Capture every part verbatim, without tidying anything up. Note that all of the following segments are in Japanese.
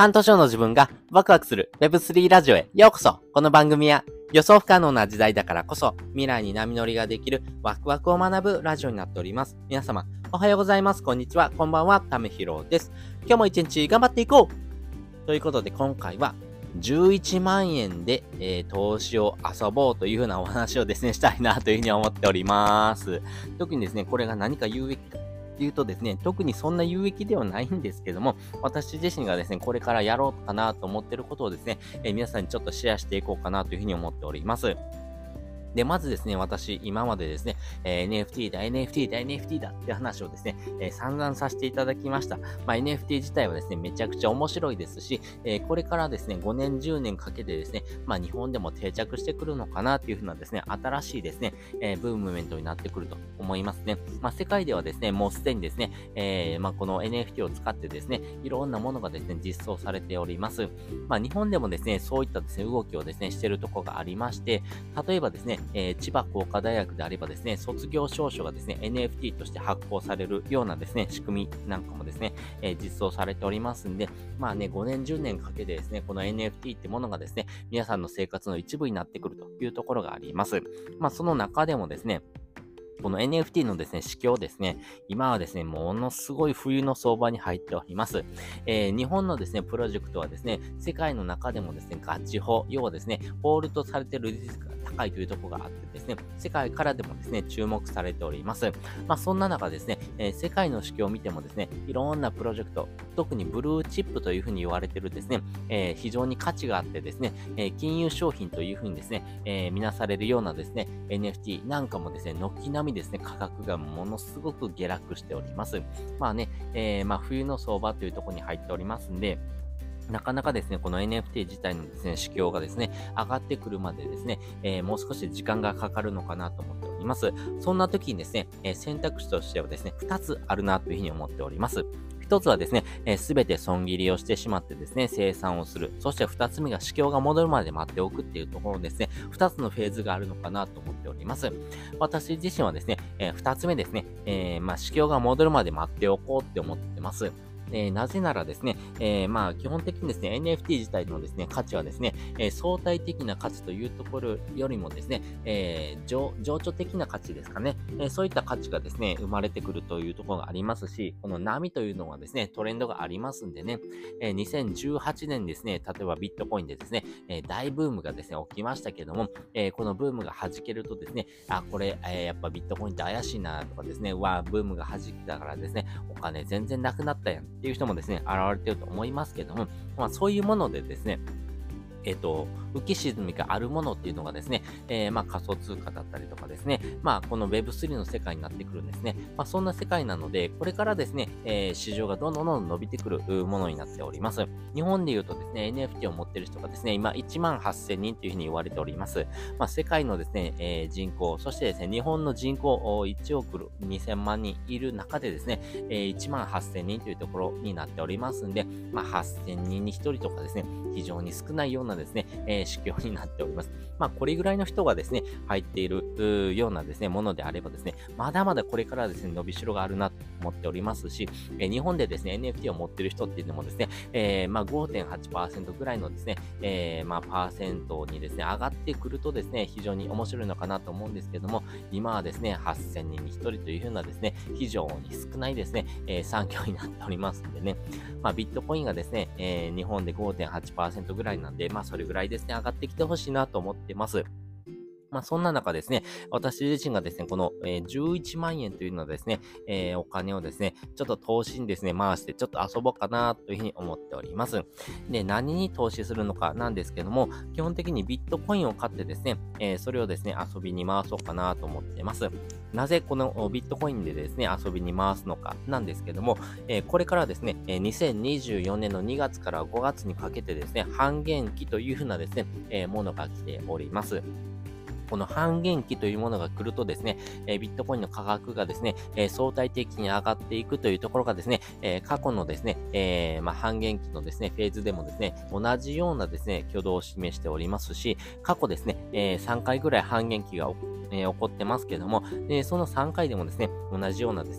半年後の自分がワクワクする ウェブスリー ラジオへようこそ。この番組は予想不可能な時代だからこそ未来に波乗りができるワクワクを学ぶラジオになっております。皆様おはようございます。こんにちは。こんばんは。ためひろです。今日も一日頑張っていこうということで、今回はじゅういちまんえんで、えー、投資を遊ぼうというふうなお話をですねしたいなというふうに思っております。特にですねこれが何か有益かというとですね、特にそんな有益ではないんですけども、私自身がですねこれからやろうかなと思っていることをですね、えー、皆さんにちょっとシェアしていこうかなというふうに思っております。で、まずですね、私、今までですね、えー、エヌエフティー だ、エヌエフティー だ、エヌエフティー だって話をですね、えー、散々させていただきました。まあ、エヌエフティー 自体はですね、めちゃくちゃ面白いですし、えー、これからですね、ごねん、じゅうねんかけてですね、まあ、日本でも定着してくるのかなっていうふうなですね、新しいですね、えー、ブームメントになってくると思いますね。まあ、世界ではですね、もうすでにですね、えー、まあ、この エヌエフティー を使ってですね、いろんなものがですね、実装されております。まあ、日本でもですね、そういったですね、動きをですね、しているところがありまして、例えばですね、えー、千葉工科大学であればですね、卒業証書がですね、エヌエフティー として発行されるようなですね、仕組みなんかもですね、えー、実装されておりますんで、まあね、ごねん、じゅうねんかけてですね、この エヌエフティー ってものがですね、皆さんの生活の一部になってくるというところがあります。まあ、その中でもですね、この エヌエフティー のですね、市況ですね、今はですね、ものすごい冬の相場に入っております。えー、日本のですね、プロジェクトはですね、世界の中でもですね、ガチ法、要はですね、ホールドされているリスクが高いというところがあってですね、世界からでもですね、注目されております。まあ、そんな中ですね、えー、世界の市況を見てもですね、いろんなプロジェクト、特にブルーチップというふうに言われているですね、えー、非常に価値があってですね、えー、金融商品というふうにですね、えー、見なされるようなですね、エヌエフティー なんかもですね、軒並みですね、価格がものすごく下落しております。まあね、えー、まあ冬の相場というところに入っておりますんで、なかなかですね、この エヌエフティー 自体のですね、市況がですね、上がってくるまでですね、えー、もう少し時間がかかるのかなと思っております。そんな時にですね、えー、選択肢としてはですね、ふたつあるなというふうに思っております。一つはですね、すべて損切りをしてしまってですね、生産をする。そして二つ目が市況が戻るまで待っておくっていうところですね、二つのフェーズがあるのかなと思っております。私自身はですね、えー、二つ目ですね、えー、まあ、市況が戻るまで待っておこうって思ってます。えー、なぜならですね、えー、まあ基本的にですね、エヌエフティー 自体のですね、価値はですね、えー、相対的な価値というところよりもですね、えー、情情緒的な価値ですかね、えー、そういった価値がですね、生まれてくるというところがありますし、この波というのはですね、トレンドがありますんでね、えー、にせんじゅうはちねんですね、例えばビットコインでですね、えー、大ブームがですね、起きましたけども、えー、このブームが弾けるとですね、あ、これ、えー、やっぱビットコインって怪しいなとかですね、うわ、ブームが弾けたからですね、お金全然なくなったやんっていう人もですね、現れていると思いますけども、まあそういうものでですね、えっと、浮き沈みがあるものっていうのがですね、えー、まあ仮想通貨だったりとかですね、まあこの ウェブスリー の世界になってくるんですね。まあそんな世界なので、これからですね、えー、市場がどんどんどんどん伸びてくるものになっております。日本で言うとですね、エヌエフティー を持っている人がですね、今いちまんはっせんにんというふうに言われております。まあ世界のですね、えー、人口、そしてですね、日本の人口いちおくにせんまんにんいる中でですね、えー、いちまんはっせんにんというところになっておりますんで、まあはっせんにんにひとりとかですね、非常に少ないようなですね、えー、市況になっております。まあ、これぐらいの人がですね、入っているようなですね、ものであればですね、まだまだこれからですね、伸びしろがあるなと思っておりますし、えー、日本でですね、エヌエフティー を持っている人っていうのもですね、えー、まあ ごてんはちパーセント ぐらいのですね、えー、まあパーセントにですね、上がってくるとですね、非常に面白いのかなと思うんですけども、今はですね、はっせんにんにひとりというふうなですね、非常に少ないですね、えー、産業になっておりますんでね、まあビットコインがですね、えー、日本で ごてんはちパーセント ぐらいなんで、まあそれぐらいですね、上がってきてほしいなと思ってます。まあそんな中ですね、私自身がですね、この、えー、じゅういちまんえんというのはですね、えー、お金をですね、ちょっと投資にですね、回してちょっと遊ぼうかなというふうに思っております。で、何に投資するのかなんですけども、基本的にビットコインを買ってですね、えー、それをですね、遊びに回そうかなと思っています。なぜこのビットコインでですね、遊びに回すのかなんですけども、えー、これからですね、にせんにじゅうよねんのにがつからごがつにかけてですね、半減期というふうなですね、えー、ものが来ております。この半減期というものが来るとですね、えー、ビットコインの価格がですね、えー、相対的に上がっていくというところがですね、えー、過去のですね、えー、まあ、半減期のですね、フェーズでもですね、同じようなですね、挙動を示しておりますし、過去ですね、えー、さんかいぐらい半減期が、えー、起こってますけども、えー、そのさんかいでもですね、同じようなですね、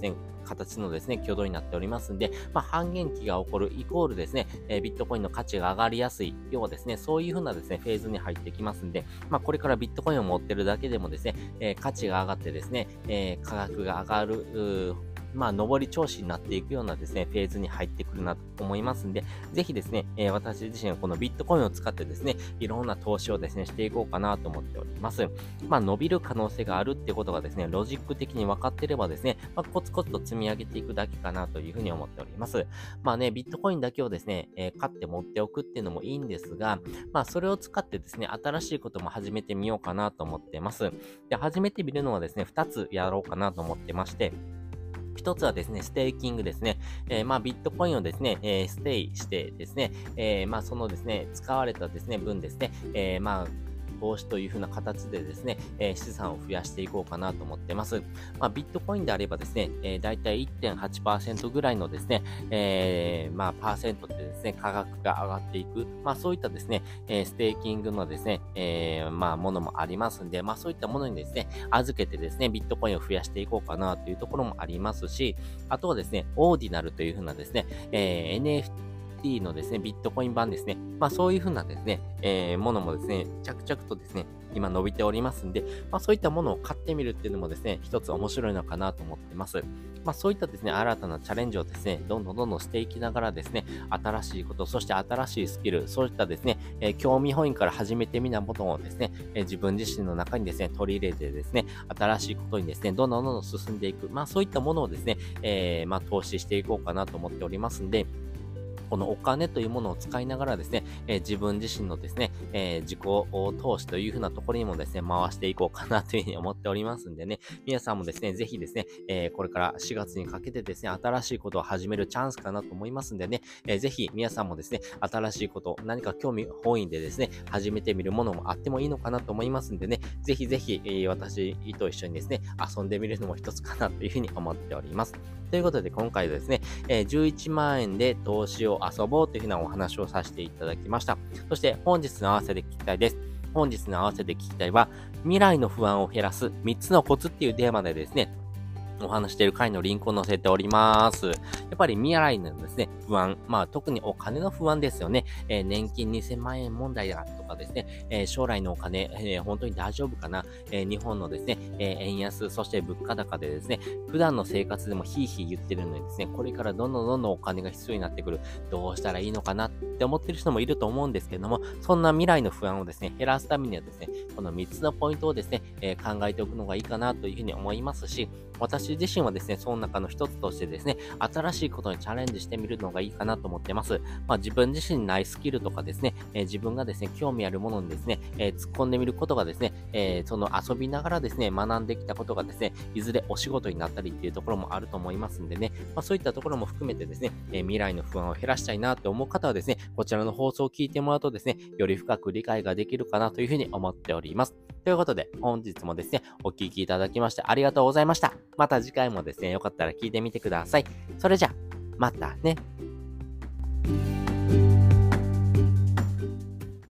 形のですね、挙動になっておりますんで、まあ、半減期が起こるイコールですね、えー、ビットコインの価値が上がりやすい、要はですね、そういう風なですね、フェーズに入ってきますんで、まあ、これからビットコインを持ってるだけでもですね、えー、価値が上がってですね、えー、価格が上がる、まあ、上り調子になっていくようなですね、フェーズに入ってくるなと思いますんで、ぜひですね、えー、私自身はこのビットコインを使ってですね、いろんな投資をですね、していこうかなと思っております。まあ、伸びる可能性があるってことがですね、ロジック的に分かっていればですね、まあ、コツコツと積み上げていくだけかなというふうに思っております。まあね、ビットコインだけをですね、えー、買って持っておくっていうのもいいんですが、まあ、それを使ってですね、新しいことも始めてみようかなと思っています。で、始めてみるのはですね、ふたつやろうかなと思ってまして、一つはですね、ステーキングですね。えー、まあ、ビットコインをですね、えー、ステイしてですね、えー、まあ、そのですね、使われたですね、分ですね、えー、まあ、投資という風な形でですね、えー、資産を増やしていこうかなと思ってます。まあ、ビットコインであればですね、えー、だいたい いってんはちパーセント ぐらいのですね、えー、まあ、パーセントでですね、価格が上がっていく、まあ、そういったですね、えー、ステーキングのですね、えー、まあ、ものもありますんで、まあ、そういったものにですね、預けてですね、ビットコインを増やしていこうかなというところもありますし、あとはですね、オーディナルという風なですね、えー、エヌエフティー のですね、ビットコイン版ですね。まあそういう風なですね、えー、ものもですね、着々とですね、今伸びておりますんで、まあそういったものを買ってみるっていうのもですね、一つ面白いのかなと思ってます。まあそういったですね、新たなチャレンジをですね、どんどんどんどんしていきながらですね、新しいこと、そして新しいスキル、そういったですね、えー、興味本位から始めてみなものをですね、えー、自分自身の中にですね、取り入れてですね、新しいことにですね、どんどんどんどん進んでいく。まあそういったものをですね、えー、まあ投資していこうかなと思っておりますんで、このお金というものを使いながらですね、えー、自分自身のですね、えー、自己投資というふうなところにもですね、回していこうかなというふうに思っておりますんでね、皆さんもですね、ぜひですね、えー、これからしがつにかけてですね、新しいことを始めるチャンスかなと思いますんでね、えー、ぜひ皆さんもですね、新しいこと、何か興味本位でですね、始めてみるものもあってもいいのかなと思いますんでね、ぜひぜひ、えー、私と一緒にですね、遊んでみるのも一つかなというふうに思っております。ということで、今回はですね、えー、じゅういちまんえんで投資を遊ぼうというふうなお話をさせていただきました。そして本日の合わせで聞きたいです。本日の合わせで聞きたいは、未来の不安を減らすみっつのコツっていうテーマでですね、お話している回のリンクを載せております。やっぱり未来のですね、不安。まあ特にお金の不安ですよね。えー、年金にせんまんえん問題だとかですね、えー、将来のお金、えー、本当に大丈夫かな、えー、日本のですね、えー、円安、そして物価高でですね、普段の生活でもヒーヒー言ってるのにですね、これからどんどんどんどんお金が必要になってくる。どうしたらいいのかなって思ってる人もいると思うんですけれども、そんな未来の不安をですね、減らすためにはですね、このみっつのポイントをですね、えー、考えておくのがいいかなというふうに思いますし、私自身はですね、その中の一つとしてですね、新しいことにチャレンジしてみるのがいいかなと思ってます。まあ自分自身にないスキルとかですね、えー、自分がですね、興味あるものにですね、えー、突っ込んでみることがですね、えー、その遊びながらですね、学んできたことがですね、いずれお仕事になったりっていうところもあると思いますんでね、まあそういったところも含めてですね、えー、未来の不安を減らしたいなと思う方はですね、こちらの放送を聞いてもらうとですね、より深く理解ができるかなというふうに思っております。ということで、本日もですね、お聞きいただきましてありがとうございました。また次回もですね、よかったら聞いてみてください。それじゃ、またね。